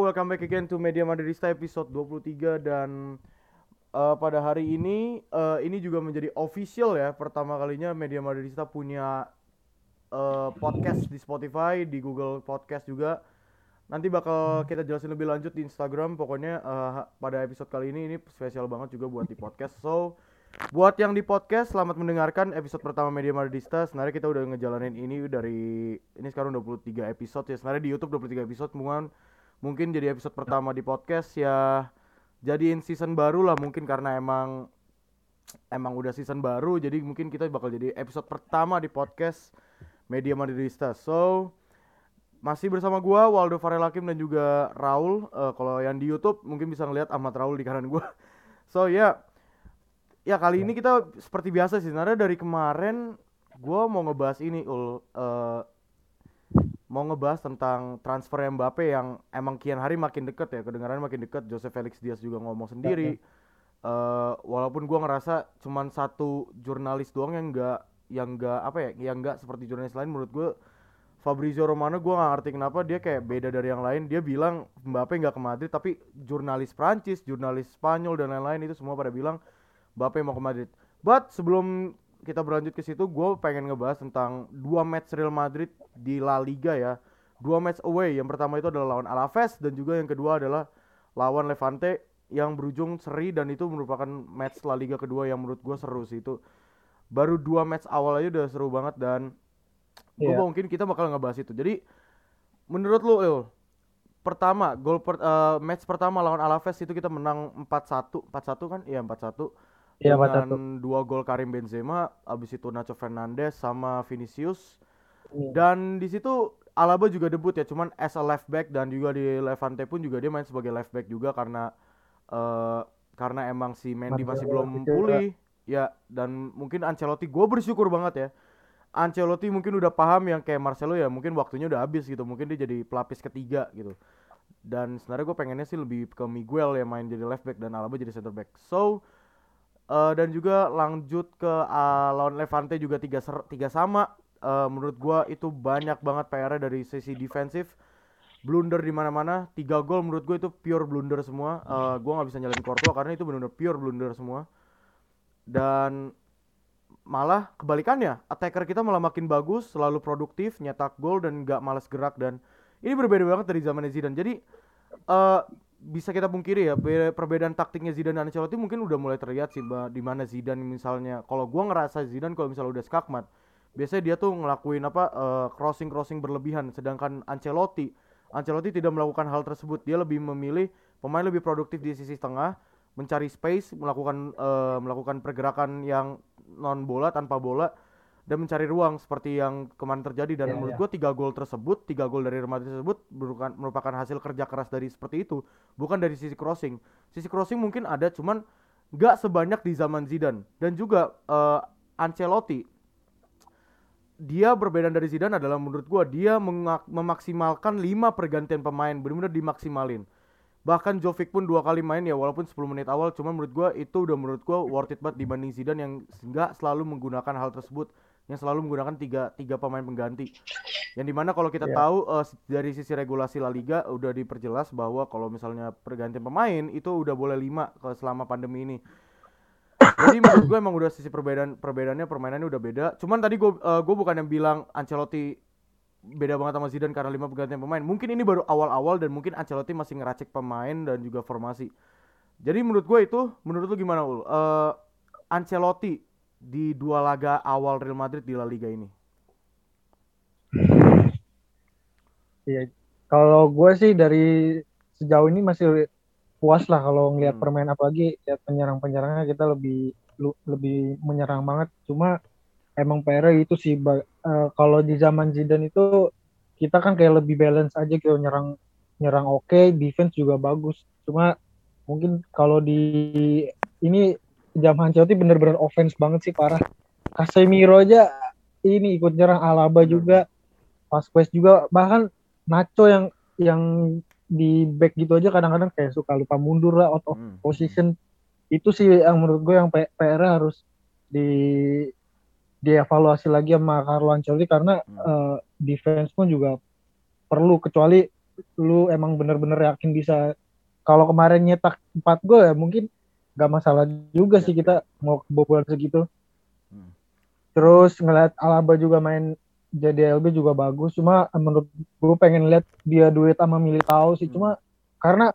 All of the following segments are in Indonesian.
welcome back again to Media Madridista episode 23 dan pada hari ini juga menjadi official ya, pertama kalinya Media Madridista punya podcast di Spotify, di Google Podcast juga. Nanti bakal kita jelasin lebih lanjut di Instagram. Pokoknya pada episode kali ini spesial banget juga buat di podcast. So, buat yang di podcast, selamat mendengarkan episode pertama Media Madridista. Sebenarnya kita udah ngejalanin ini sekarang 23 episode ya. Sebenarnya di YouTube 23 episode, mungkin jadi episode pertama di podcast ya, jadiin season baru lah mungkin karena emang udah season baru, jadi mungkin kita bakal jadi episode pertama di podcast Media Madridista. So, masih bersama gua Waldo Farel Hakim dan juga Raul. Kalau yang di YouTube mungkin bisa ngelihat Ahmad Raul di kanan gua. So ya kali ini kita seperti biasa sih. Sebenarnya dari kemarin gua mau ngebahas mau ngebahas tentang transfer Mbappe yang emang kian hari makin deket ya, kedengarannya makin deket. Jose Felix Diaz juga ngomong sendiri. Walaupun gua ngerasa cuman satu jurnalis doang yang nggak seperti jurnalis lain. Menurut gua Fabrizio Romano, gue gak ngerti kenapa dia kayak beda dari yang lain. Dia bilang Mbappe gak ke Madrid, tapi jurnalis Prancis, jurnalis Spanyol dan lain-lain itu semua pada bilang Mbappe mau ke Madrid. But sebelum kita berlanjut ke situ, gue pengen ngebahas tentang 2 match Real Madrid di La Liga ya. 2 match away. Yang pertama itu adalah lawan Alaves dan juga yang kedua adalah lawan Levante yang berujung seri, dan itu merupakan match La Liga kedua yang menurut gue seru sih. Itu baru 2 match awal aja udah seru banget, dan gue mungkin kita bakal ngebahas itu. Jadi menurut lu pertama match pertama lawan Alaves itu kita menang 4-1 kan? Iya 4-1 Iya, 4-1. dengan 2 gol Karim Benzema, abis itu Nacho Fernandes sama Vinicius. Iya. Dan di situ Alaba juga debut ya, cuman as a left back, dan juga di Levante pun juga dia main sebagai left back juga karena emang si Mendy masih belum pulih ya. Dan mungkin Ancelotti, gue bersyukur banget ya, Ancelotti mungkin udah paham yang kayak Marcelo ya, mungkin waktunya udah habis gitu, mungkin dia jadi pelapis ketiga gitu. Dan sebenarnya gue pengennya sih lebih ke Miguel yang main jadi left back dan Alaba jadi center back. So dan juga lanjut ke lawan Levante juga 3 sama. Menurut gue itu banyak banget PR dari sisi defensif, blunder di mana-mana. 3 gol menurut gue itu pure blunder semua. Gue nggak bisa nyalain Courtois karena itu benar-benar pure blunder semua. Dan malah kebalikannya, attacker kita malah makin bagus, selalu produktif, nyetak gol dan gak malas gerak. Dan ini berbeda banget dari zaman Zidane. Jadi bisa kita pungkiri ya, perbedaan taktiknya Zidane dan Ancelotti mungkin udah mulai terlihat sih. Di mana Zidane misalnya, kalau gua ngerasa Zidane kalau misalnya udah skakmat, biasanya dia tuh ngelakuin crossing berlebihan, sedangkan Ancelotti tidak melakukan hal tersebut. Dia lebih memilih pemain lebih produktif di sisi tengah, mencari space, melakukan pergerakan yang non bola, tanpa bola, dan mencari ruang seperti yang kemarin terjadi. Dan menurut gue 3 gol dari Real Madrid tersebut merupakan hasil kerja keras dari seperti itu, bukan dari sisi crossing mungkin ada, cuman gak sebanyak di zaman Zidane. Dan juga Ancelotti, dia berbeda dari Zidane adalah menurut gue dia memaksimalkan 5 pergantian pemain, benar-benar dimaksimalin. Bahkan Jovic pun 2 kali main ya, walaupun 10 menit awal, cuman menurut gue itu udah worth it banget dibanding Zidane yang nggak selalu menggunakan hal tersebut, yang selalu menggunakan tiga pemain pengganti. Yang dimana kalau kita tahu dari sisi regulasi La Liga udah diperjelas bahwa kalau misalnya pergantian pemain itu udah boleh 5 selama pandemi ini. Jadi menurut gue emang udah sisi perbedaannya, permainannya udah beda. Cuman tadi gue bukan yang bilang Ancelotti beda banget sama Zidane karena 5 pergantian pemain. Mungkin ini baru awal-awal dan mungkin Ancelotti masih ngeracik pemain dan juga formasi. Jadi menurut lu gimana Ul? Ancelotti di 2 laga awal Real Madrid di La Liga ini. Iya. Kalau gue sih dari sejauh ini masih puas lah kalau ngelihat permain, apalagi lihat penyerang-penyerangnya kita lebih menyerang banget. Cuma emang PR itu sih kalau di zaman Zidane itu kita kan kayak lebih balance aja gitu, nyerang oke, defense juga bagus. Cuma mungkin kalau di ini zaman Ancelotti bener-bener offense banget sih, parah. Casemiro aja ini ikut nyerang, Alaba juga, Vasquez juga, bahkan Nacho yang di back gitu aja kadang-kadang kayak suka lupa mundur lah, out of position. Itu sih yang menurut gue yang PR harus dievaluasi lagi sama Carlo Ancelotti, karena defense pun juga perlu, kecuali lu emang bener-bener yakin bisa, kalau kemarin nyetak 4 gol ya mungkin gak masalah juga Iya. sih kita mau kebobolan segitu. Hmm. Terus ngeliat Alaba juga main JDLB juga bagus. Cuma menurut gue pengen lihat dia duet sama Militao sih. Hmm. Cuma karena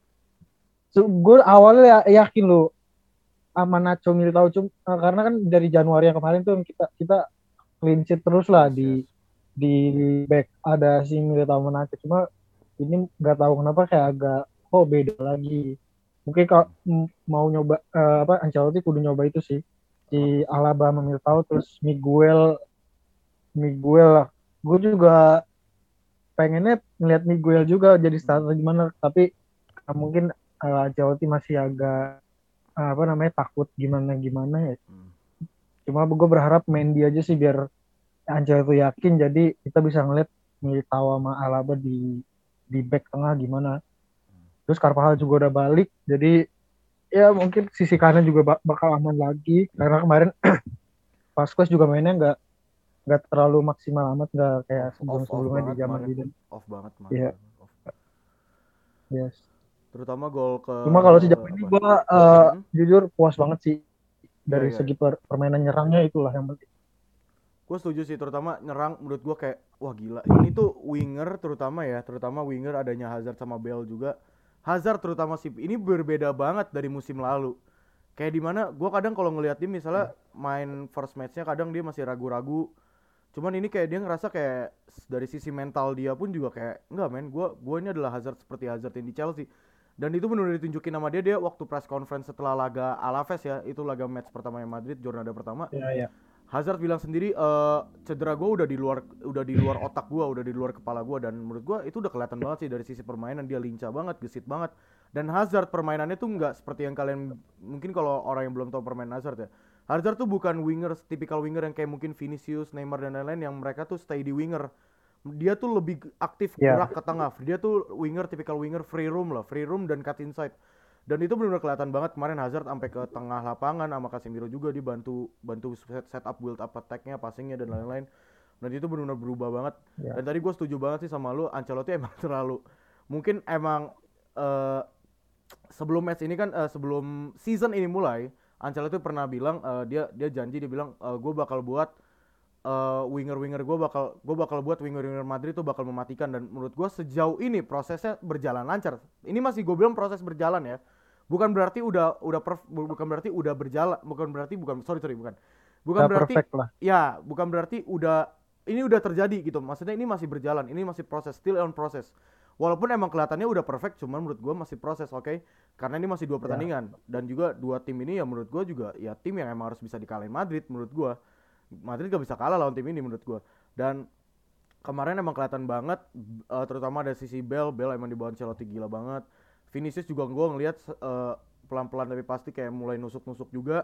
gue awalnya yakin lo sama Nacho Militao, karena kan dari Januari yang kemarin tuh kita kita clean sheet terus lah Yes, yes. di back ada si Militao sama Nacho. Cuma ini nggak tahu kenapa kayak agak beda lagi. Mungkin kalau Hmm. mau nyoba apa Ancelotti kudu nyoba itu sih, si Alaba sama Militao terus Miguel Miguel lah. Gue juga pengennya ngeliat Miguel juga jadi Hmm. starter gimana, tapi mungkin Ancelotti masih agak apa namanya takut gimana gimana ya. Hmm. Cuma gue berharap main dia aja sih biar Ancelotti yakin, jadi kita bisa ngeliat Militao sama Alaba di back tengah gimana. Terus Carvajal juga udah balik, jadi ya mungkin sisi kanan juga bakal aman lagi karena kemarin Vasquez juga mainnya nggak terlalu maksimal amat, nggak kayak Off sebelum-sebelumnya di banget zaman kemarin. Zidane. Off banget kemarin. Iya, Off. yes. Terutama gol ke Cuma kalau sejauh ini apa? gue Hmm? jujur puas banget sih Ya, dari ya, ya. segi permainan nyerangnya, itulah yang penting. Gue setuju sih, terutama nyerang menurut gue kayak wah gila. Ini tuh winger terutama ya, terutama winger adanya Hazard sama Bale juga. Hazard terutama sih ini berbeda banget dari musim lalu. Kayak dimana gue kadang kalau ngeliat dia misalnya main first matchnya kadang dia masih ragu-ragu. Cuman ini kayak dia ngerasa kayak dari sisi mental dia pun juga kayak enggak men, gue ini adalah Hazard seperti Hazard yang di Chelsea. Dan itu benar-benar ditunjukin sama dia waktu press conference setelah laga Alaves ya, itu laga match pertamanya Madrid, jornada pertama. Ya, ya. Hazard bilang sendiri cedera gue udah di luar otak gue, udah di luar kepala gue, dan menurut gue itu udah kelihatan banget sih dari sisi permainan, dia lincah banget, gesit banget. Dan Hazard permainannya tuh nggak seperti yang kalian mungkin kalau orang yang belum tahu permainan Hazard ya. Hazard tuh bukan winger, tipikal winger yang kayak mungkin Vinicius, Neymar dan lain-lain yang mereka tuh stay di winger. Dia tuh lebih aktif Ya, gerak ke tengah. Dia tuh winger, tipikal winger free room lah, free room dan cut inside. Dan itu benar-benar kelihatan banget kemarin Hazard sampai ke tengah lapangan sama Casemiro juga dibantu set up build up attack-nya, passing-nya dan lain-lain. Dan itu benar-benar berubah banget. ya. Dan tadi gue setuju banget sih sama lu, Ancelotti emang terlalu mungkin emang eh, sebelum match ini kan sebelum season ini mulai, Ancelotti pernah bilang dia janji dia bilang gue bakal buat winger-winger gue bakal buat winger-winger Madrid tuh bakal mematikan, dan menurut gue sejauh ini prosesnya berjalan lancar. Ini masih gue bilang proses berjalan ya. Bukan berarti bukan berarti udah berjalan, bukan berarti bukan sorry sorry bukan. Bukan Gak berarti perfect lah. ya, bukan berarti udah terjadi gitu. Maksudnya ini masih berjalan, ini masih proses, still on proses. Walaupun emang kelihatannya udah perfect, cuman menurut gue masih proses, oke? Karena ini masih dua Ya, pertandingan dan juga dua tim ini ya menurut gue juga ya tim yang emang harus bisa dikalahin Madrid menurut gue. Madrid gak bisa kalah lawan tim ini menurut gue. Dan kemarin emang kelihatan banget terutama dari sisi Bale emang di bawah Ancelotti gila banget. Vinicius juga gue ngelihat pelan-pelan tapi pasti kayak mulai nusuk-nusuk juga.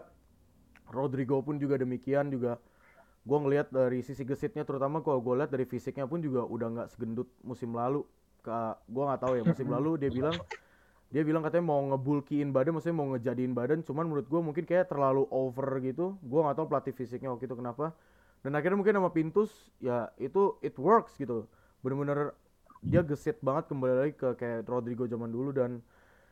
Rodrigo pun juga demikian juga. Gue ngelihat dari sisi gesitnya, terutama kalau gue lihat dari fisiknya pun juga udah nggak segendut musim lalu. Gue nggak tahu ya, musim lalu dia bilang katanya mau ngebulkiin badan, maksudnya mau ngejadiin badan, cuman menurut gue mungkin kayak terlalu over gitu. Gue nggak tahu pelatih fisiknya waktu itu kenapa. Dan akhirnya mungkin sama Pintus ya itu it works gitu. Bener-bener dia gesit banget kembali lagi ke kayak Rodrigo zaman dulu. Dan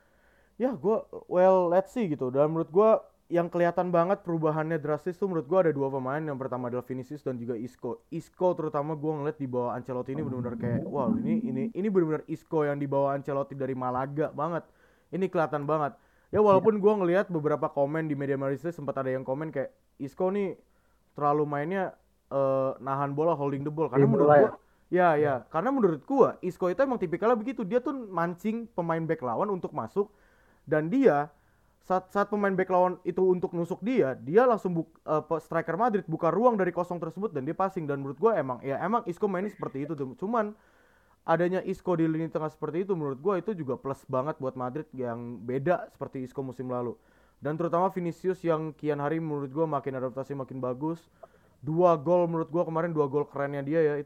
ya gue let's see gitu. Dan menurut gue yang kelihatan banget perubahannya drastis tuh menurut gue ada dua pemain. Yang pertama adalah Vinicius dan juga Isco terutama gue ngeliat di bawah Ancelotti ini benar-benar kayak wow, ini benar-benar Isco yang di bawah Ancelotti dari Malaga banget. Ini kelihatan banget. Ya ya, walaupun gue ngeliat beberapa komen di media Malaysia sempat ada yang komen kayak Isco nih terlalu mainnya nahan bola, holding the ball, di karena menurut bola gue ya. ya karena menurut gue Isco itu emang tipikalnya begitu. Dia tuh mancing pemain back lawan untuk masuk, dan dia saat pemain back lawan itu untuk nusuk dia langsung striker Madrid buka ruang dari kosong tersebut dan dia passing. Dan menurut gue emang Isco mainnya seperti itu tuh. Cuman adanya Isco di lini tengah seperti itu menurut gue itu juga plus banget buat Madrid yang beda seperti Isco musim lalu. Dan terutama Vinicius yang kian hari menurut gue makin adaptasi makin bagus. Dua gol menurut gue kemarin, dua gol kerennya dia ya,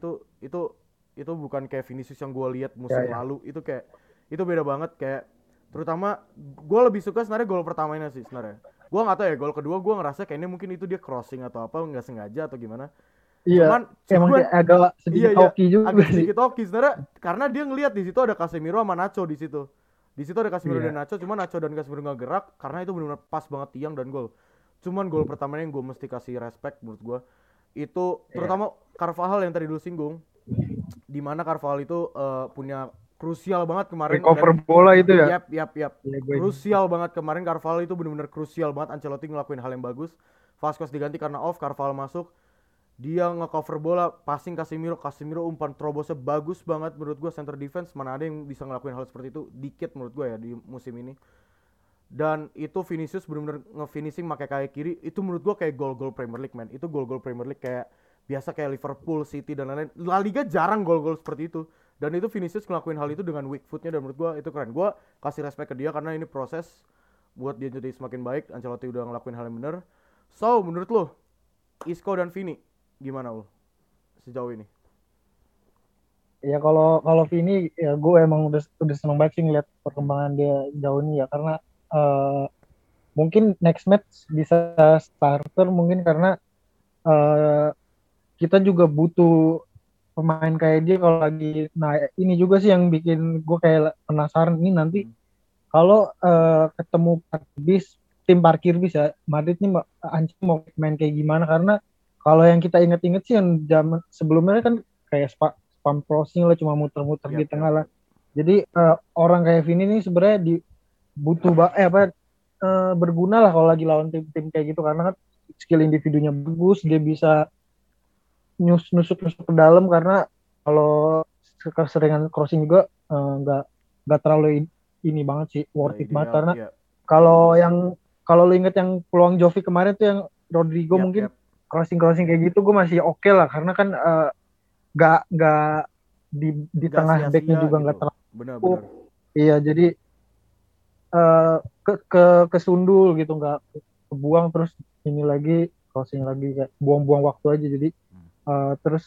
itu bukan kayak Vinicius yang gue lihat Ya, musim ya. lalu. Itu kayak itu beda banget. Kayak terutama gue lebih suka sebenarnya gol pertamanya sih sebenarnya. Gue nggak tahu ya, gol kedua gue ngerasa kayaknya mungkin itu dia crossing atau apa nggak sengaja atau gimana. Iya, emang Cuman dia agak iya sedikit ya, hoki juga agak sih. sedikit oke sebenarnya karena dia ngelihat di situ ada Casemiro sama Nacho di situ. Di situ ada Casemiro dan Iya. Nacho, cuma Nacho dan Casemiro nggak gerak karena itu benar-benar pas banget tiang dan gol. Cuman gol pertamanya yang gue mesti kasih respect menurut gue itu Iya. terutama Carvajal yang tadi lu singgung, di mana Carvajal itu punya krusial banget kemarin Recover dan bola itu ya. yap Iya, gue ingat. krusial banget kemarin Carvalho itu benar-benar krusial banget. Ancelotti ngelakuin hal yang bagus. Vasquez diganti karena off, Carvalho masuk, dia nge-cover bola, passing Casemiro, Casemiro umpan terobosnya bagus banget menurut gua. Center defense mana ada yang bisa ngelakuin hal seperti itu, dikit menurut gua ya di musim ini. Dan itu Vinicius benar-benar nge-finishing pakai kaki kiri, itu menurut gua kayak gol-gol Premier League man. Itu gol-gol Premier League kayak biasa kayak Liverpool, City dan lain-lain. La Liga jarang gol-gol seperti itu. Dan itu Vinicius ngelakuin hal itu dengan weak footnya dan menurut gua itu keren. Gua kasih respect ke dia karena ini proses buat dia jadi semakin baik. Ancelotti udah ngelakuin hal yang benar. So, menurut lo Isco dan Vini gimana lo sejauh ini? Ya kalau kalau Vini ya gue emang udah seneng banget sih ngeliat perkembangan dia jauh ini ya karena eh, mungkin next match bisa starter mungkin karena eh, kita juga butuh pemain kayak dia kalau lagi nah ini juga sih yang bikin gue kayak penasaran ini nanti Hmm. kalau ketemu tim parkir bis ya Madrid nih anjing mau main kayak gimana karena kalau yang kita inget-inget sih yang zaman sebelumnya kan kayak spam crossing lah cuma muter-muter di Yap, tengah yap, lah yap. jadi orang kayak Vini nih sebenarnya butuh berguna lah kalau lagi lawan tim-tim kayak gitu karena kan skill individunya bagus dia bisa nusuk-nusuk ke dalam karena kalau keseringan crossing juga nggak terlalu ini banget sih Nggak worth it banget ideal, karena ya. kalau kalau lu inget yang peluang Jovi kemarin tuh yang Rodrigo Yap, mungkin yap. crossing kayak gitu gue masih oke lah karena kan nggak di Nggak tengah backnya sia-sia juga nggak gitu. terlalu cukup. Benar-benar. Iya jadi eh, ke kesundul gitu nggak kebuang terus ini lagi crossing lagi kayak buang-buang waktu aja jadi Hmm. terus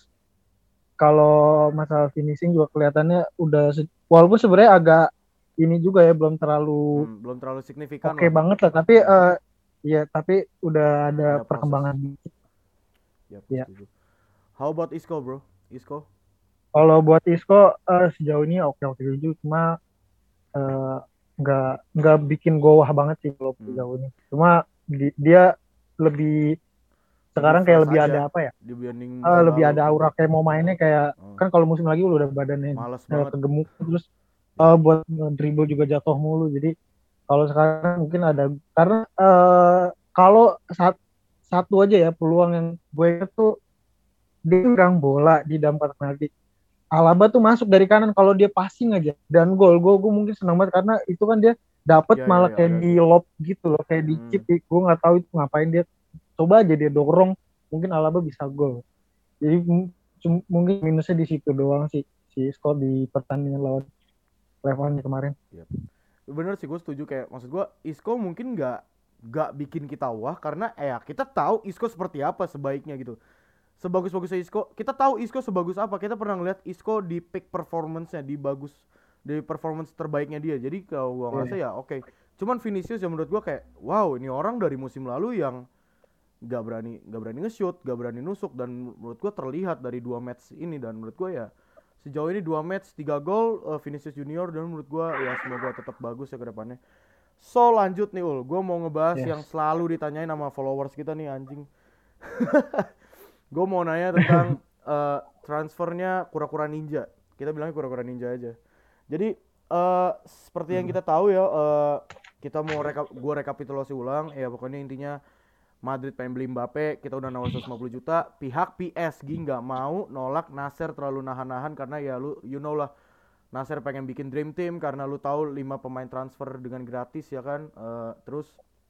kalau masalah finishing juga kelihatannya walaupun sebenarnya agak ini juga ya belum terlalu Belum terlalu signifikan oke lah. banget lah tapi Hmm. ya tapi udah ada Ada proses. perkembangan dikit Yap, gue ya. setuju. How about Isco, bro? Isco? Kalau buat Isco sejauh ini oke-oke juga cuma eh, nggak bikin gue wah banget sih kalau Hmm. sejauh ini. Cuma dia lebih Lebih sekarang kayak fresh lebih aja ada apa ya? dibanding musim Lebih lalu ada gitu. aura kayak mau mainnya kayak Hmm. kan kalau musim lagi udah badannya Males banget. kegemuk terus Ya. buat dribble juga jatuh mulu. Jadi kalau sekarang mungkin ada karena kalau satu aja ya peluang yang gue inget tuh dia pegang bola di dalam kotak penalti. Alaba tuh masuk dari kanan kalau dia passing aja dan gue mungkin senang banget karena itu kan dia dapat Ya, ya, malah ya, kayak ada di tuh. lob gitu loh kayak di chip Hmm. gue nggak tahu itu ngapain dia coba aja dia dorong mungkin Alaba bisa gol jadi mungkin minusnya di situ doang sih si Scott di pertandingan lawan Levante kemarin. Yap. Bener sih, gue setuju. Kayak maksud gue Isco mungkin nggak bikin kita wah karena ya kita tahu Isco seperti apa sebaiknya gitu. Sebagus-bagusnya Isco, kita tahu Isco sebagus apa. Kita pernah ngeliat Isco di peak performance-nya, di performance terbaiknya dia. Jadi kalau gua ngerasa Yeah. ya oke. Cuman Vinicius yang menurut gua kayak wow, ini orang dari musim lalu yang nggak berani nge-shoot, nggak berani nusuk, dan menurut gua terlihat dari 2 match ini. Dan menurut gua ya sejauh ini 2 match 3 gol, Vinicius Junior, dan menurut gua ya semoga tetap bagus ya ke depannya. So lanjut nih Ul, gua mau ngebahas yang Yes. selalu ditanyain sama followers kita nih anjing. Gue mau nanya tentang transfernya kura-kura ninja. Kita bilangnya kura-kura ninja aja. Jadi seperti yang kita tahu ya, kita mau gue rekapitulasi ulang. Ya pokoknya intinya Madrid pengen beli Mbappe, kita udah nawar 150 juta. Pihak PSG nggak mau, nolak. Nasser terlalu nahan-nahan karena ya you know lah. Nasser pengen bikin dream team karena lu tahu 5 pemain transfer dengan gratis ya kan. Terus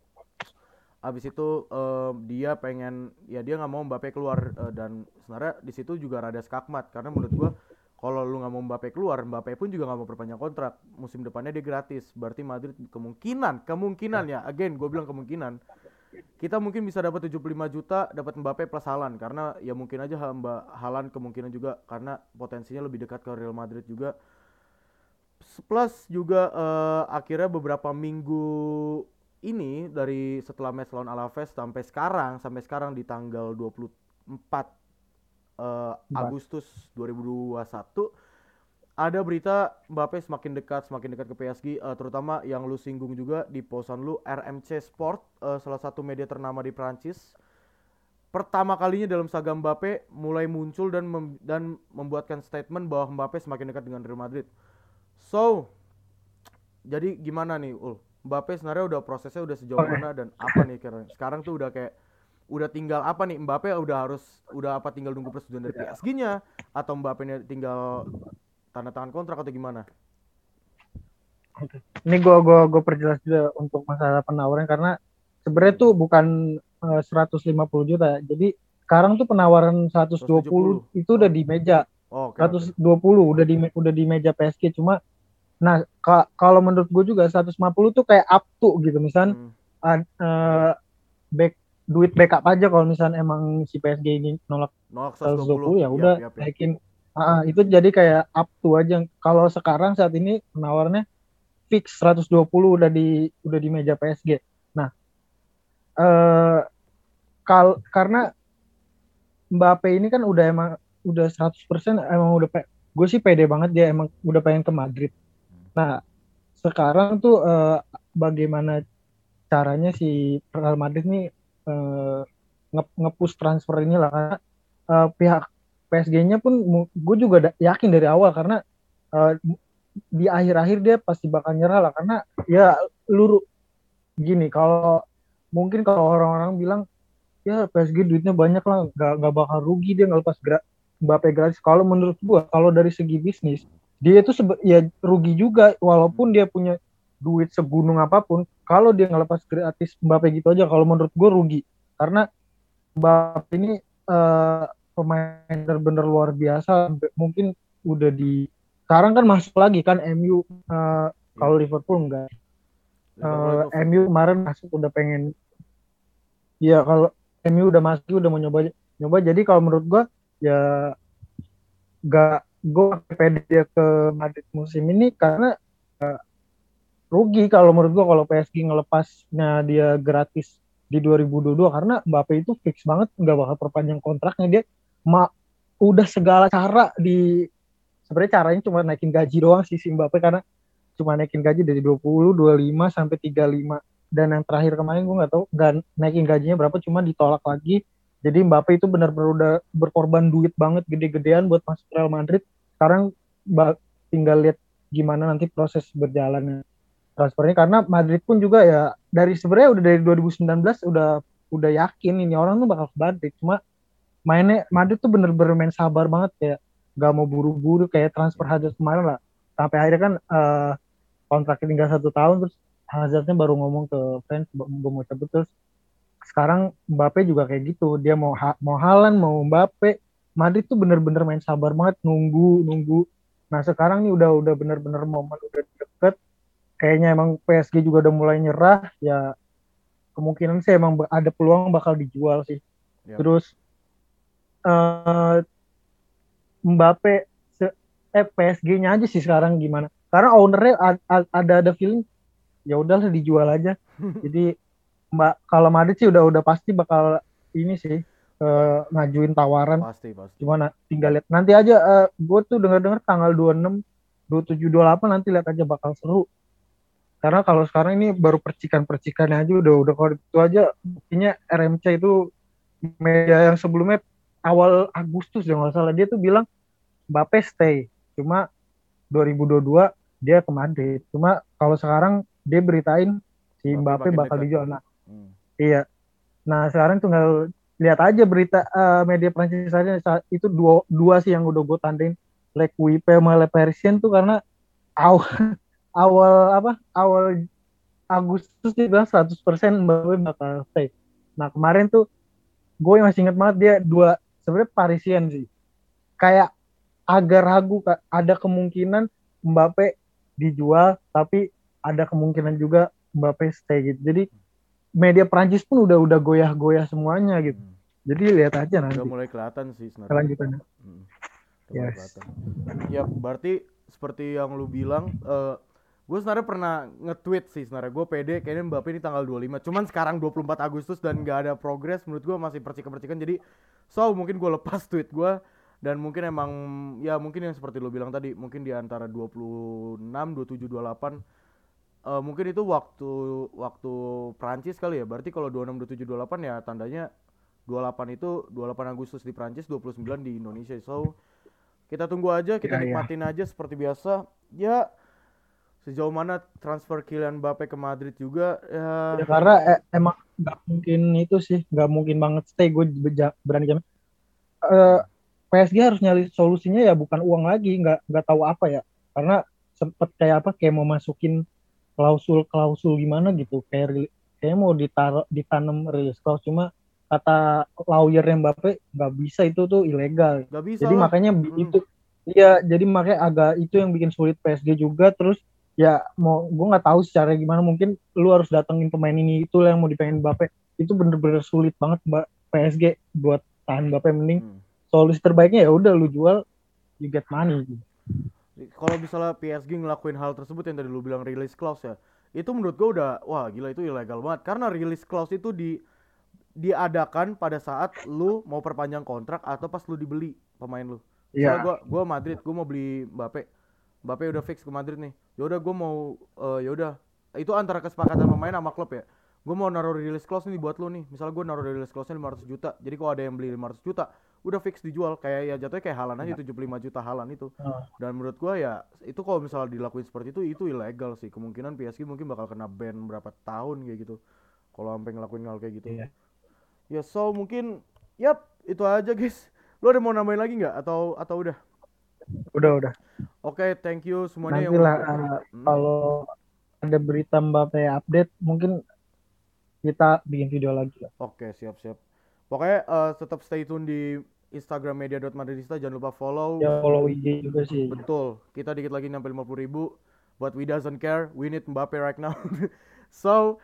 abis itu dia pengen ya dia nggak mau Mbappe keluar, dan sebenarnya di situ juga rada skakmat karena menurut gua kalau lu nggak mau Mbappe keluar, Mbappe pun juga nggak mau perpanjang kontrak musim depannya, dia gratis. Berarti Madrid kemungkinan ya, again gue bilang kemungkinan, kita mungkin bisa dapat 75 juta dapat Mbappe plus Haaland karena ya mungkin aja Haaland kemungkinan juga karena potensinya lebih dekat ke Real Madrid juga. Plus juga akhirnya beberapa minggu ini dari setelah match lawan Alaves sampai sekarang di tanggal 24 Agustus 2021 ada berita Mbappe semakin dekat ke PSG, terutama yang lu singgung juga di posan lu, RMC Sport, salah satu media ternama di Prancis. Pertama kalinya dalam saga Mbappe mulai muncul dan membuatkan statement bahwa Mbappe semakin dekat dengan Real Madrid. So, jadi gimana nih, Mbappe sebenarnya udah prosesnya udah sejauh mana dan apa nih sekarang tuh udah tinggal apa nih, Mbappe udah apa tinggal nunggu persetujuan dari PSG-nya atau Mbappe-nya tinggal tanda tangan kontrak atau gimana? Ini gue perjelas juga untuk masalah penawaran karena sebenarnya tuh bukan 150 juta. Jadi sekarang tuh penawaran 120 itu udah di meja. 120 udah di meja PSG. Cuma nah kalau menurut gue juga 150 tuh kayak up to gitu. Misal duit backup aja kalau misalnya emang si PSG ini nolak 120 ya udah naikin. Itu jadi kayak up to aja. Kalau sekarang saat ini penawarannya fix 120 udah di meja PSG. Nah, karena Mbappe ini kan udah 100% emang udah gue sih pede banget dia emang udah pengen ke Madrid. Nah, sekarang tuh bagaimana caranya si Real Madrid nih nge-push transfer ini lah, karena pihak PSG-nya pun gue juga yakin dari awal karena di akhir-akhir dia pasti bakal nyerah lah, karena ya gini, kalau mungkin kalau orang-orang bilang ya PSG duitnya banyak lah, gak bakal rugi dia ngelepas Mbappe gratis. Kalau menurut gue, kalau dari segi bisnis dia itu ya rugi juga, walaupun dia punya duit segunung apapun, kalau dia ngelepas gratis Mbappe gitu aja, kalau menurut gue rugi. Karena Mbappe ini pemain bener-bener luar biasa. Mungkin udah sekarang kan masuk lagi kan MU, kalau Liverpool enggak. MU kemarin masuk udah pengen, ya kalau MU udah masuk udah mau nyoba. Jadi kalau menurut gue ya gue pede dia ke Madrid musim ini karena rugi kalau menurut gue kalau PSG ngelepasnya dia gratis di 2022, karena Mbappe itu fix banget nggak bakal perpanjang kontraknya. Dia udah segala cara sebenarnya caranya cuma naikin gaji doang sih si Mbappe, karena cuma naikin gaji dari 20, 25 sampai 35, dan yang terakhir kemarin gue nggak tahu nggak naikin gajinya berapa, cuma ditolak lagi. Jadi Mbappe itu benar-benar udah berkorban duit banget gede-gedean buat masuk Real Madrid. Sekarang tinggal lihat gimana nanti proses berjalannya transfernya, karena Madrid pun juga ya sebenarnya udah dari 2019 udah yakin ini orang tuh bakal ke Madrid. Cuma mainnya Madrid tuh bener-bener main sabar banget, kayak gak mau buru-buru kayak transfer Hazard kemarin lah. Sampai akhirnya kan kontraknya tinggal 1 tahun, terus Hazardnya baru ngomong ke fans gue mau cabut. Terus sekarang Mbappe juga kayak gitu, dia mau Haaland mau Mbappe. Madrid tuh bener-bener main sabar banget, nunggu. Nah sekarang nih udah bener-bener momen udah deket, kayaknya emang PSG juga udah mulai nyerah ya, kemungkinan sih emang ada peluang bakal dijual sih. Terus Mbappe PSG-nya aja sih sekarang gimana, karena ownernya ada feeling ya udahlah dijual aja. Jadi kalau Madrid sih udah pasti bakal ini sih ngajuin tawaran. Pasti. Cuma tinggal lihat nanti aja. Gue tuh dengar tanggal 26, 27, 28 nanti lihat aja, bakal seru. Karena kalau sekarang ini baru percikan-percikannya aja udah kalau itu aja. Buktinya RMC itu media yang sebelumnya awal Agustus ya nggak salah, dia tuh bilang Mbappe stay, cuma 2022 dia ke Madrid. Cuma kalau sekarang dia beritain si Mbappe bakal dijual. Nah, iya. Nah sekarang tinggal lihat aja berita media Prancis aja. Itu dua sih yang udah gue tandain, Le Quipe sama Le Parisien tuh, karena awal Agustus dia bilang 100% Mbappe bakal stay. Nah kemarin tuh gue masih inget banget dia sebenarnya Parisien sih kayak agak ragu, ada kemungkinan Mbappe dijual tapi ada kemungkinan juga Mbappe stay gitu. Jadi media Prancis pun udah goyah-goyah semuanya gitu. Jadi lihat aja nanti. Udah mulai kelihatan sih sebenarnya. Kelanjutannya. Yes. Ya berarti seperti yang lu bilang, gue sebenarnya pernah nge-tweet sih sebenarnya, gue pede kayaknya Mbappe ini tanggal 25. Cuman sekarang 24 Agustus dan gak ada progres, menurut gue masih percikan-percikan. Jadi mungkin gue lepas tweet gue. Dan mungkin emang ya mungkin yang seperti lo bilang tadi, mungkin di antara 26, 27, 28 mungkin itu waktu waktu Prancis kali ya. Berarti kalau 26, 27, 28 ya tandanya 28 itu 28 Agustus di Prancis, 29 di Indonesia. So, kita tunggu aja, kita Ya, ya. nikmatin aja seperti biasa. Ya, sejauh mana transfer Kylian Mbappe ke Madrid juga ya. Ya karena emang nggak mungkin itu sih, nggak mungkin banget stay. Gue berani jamin. Eh, PSG harus nyari solusinya ya bukan uang lagi, nggak tahu apa ya. Karena sempet kayak apa, kayak mau masukin klausul gimana gitu, kayak mau ditanam release clause, cuma kata lawyer Mbappe nggak bisa, itu tuh ilegal. Gak bisa Jadi lah. makanya itu, iya, jadi makanya agak itu yang bikin sulit PSG juga. Terus ya mau gue nggak tahu secara gimana, mungkin lu harus datengin pemain ini itu yang mau dipengen Mbappe, itu bener-bener sulit banget PSG buat tahan Mbappe. Mending solusi terbaiknya ya udah lu jual, you get money gitu. Kalau misalnya PSG ngelakuin hal tersebut yang tadi lu bilang release clause ya, itu menurut gua udah wah gila, itu ilegal banget karena release clause itu diadakan pada saat lu mau perpanjang kontrak atau pas lu dibeli pemain lu. Misalnya Iya. gua Madrid, gua mau beli Mbappe. Mbappe udah fix ke Madrid nih. Ya udah gua mau ya udah, itu antara kesepakatan pemain sama klub ya. Gue mau naruh release clause nih buat lu nih. Misalnya gue naruh release clause-nya 500 juta. Jadi kalau ada yang beli 500 juta, udah fix dijual. Kayak ya jatuhnya kayak Haaland aja, 75 juta Haaland itu. Oh, Dan menurut gue ya itu kalau misalnya dilakuin seperti itu ilegal sih. Kemungkinan PSG mungkin bakal kena ban berapa tahun kayak gitu. Kalau sampai ngelakuin hal kayak gitu. iya. Ya so mungkin yap itu aja guys. Lu ada mau nambahin lagi nggak atau udah? Udah. Oke, thank you semuanya yang Nantilah Hmm? kalau ada berita Mbappe update, mungkin kita bikin video lagi lah. Oke, siap-siap. Pokoknya tetap stay tune di Instagram media.madridista, jangan lupa follow. Ya follow IG juga sih. Betul, kita dikit lagi nyampe 50.000. But we doesn't care, we need Mbappe right now. So,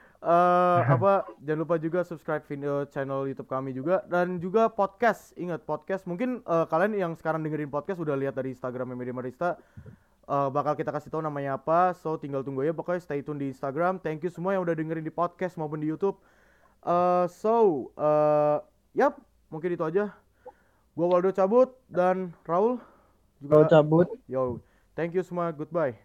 jangan lupa juga subscribe video channel YouTube kami juga. Dan juga podcast, ingat podcast. Mungkin kalian yang sekarang dengerin podcast udah lihat dari Instagram Media Madridista. Bakal kita kasih tahu namanya apa. So, tinggal tunggu ya. Pokoknya stay tune di Instagram. Thank you semua yang udah dengerin di podcast maupun di YouTube. Yap, mungkin itu aja. Gua Waldo cabut dan Raul Kalau juga. cabut. Yo, thank you semua. Goodbye.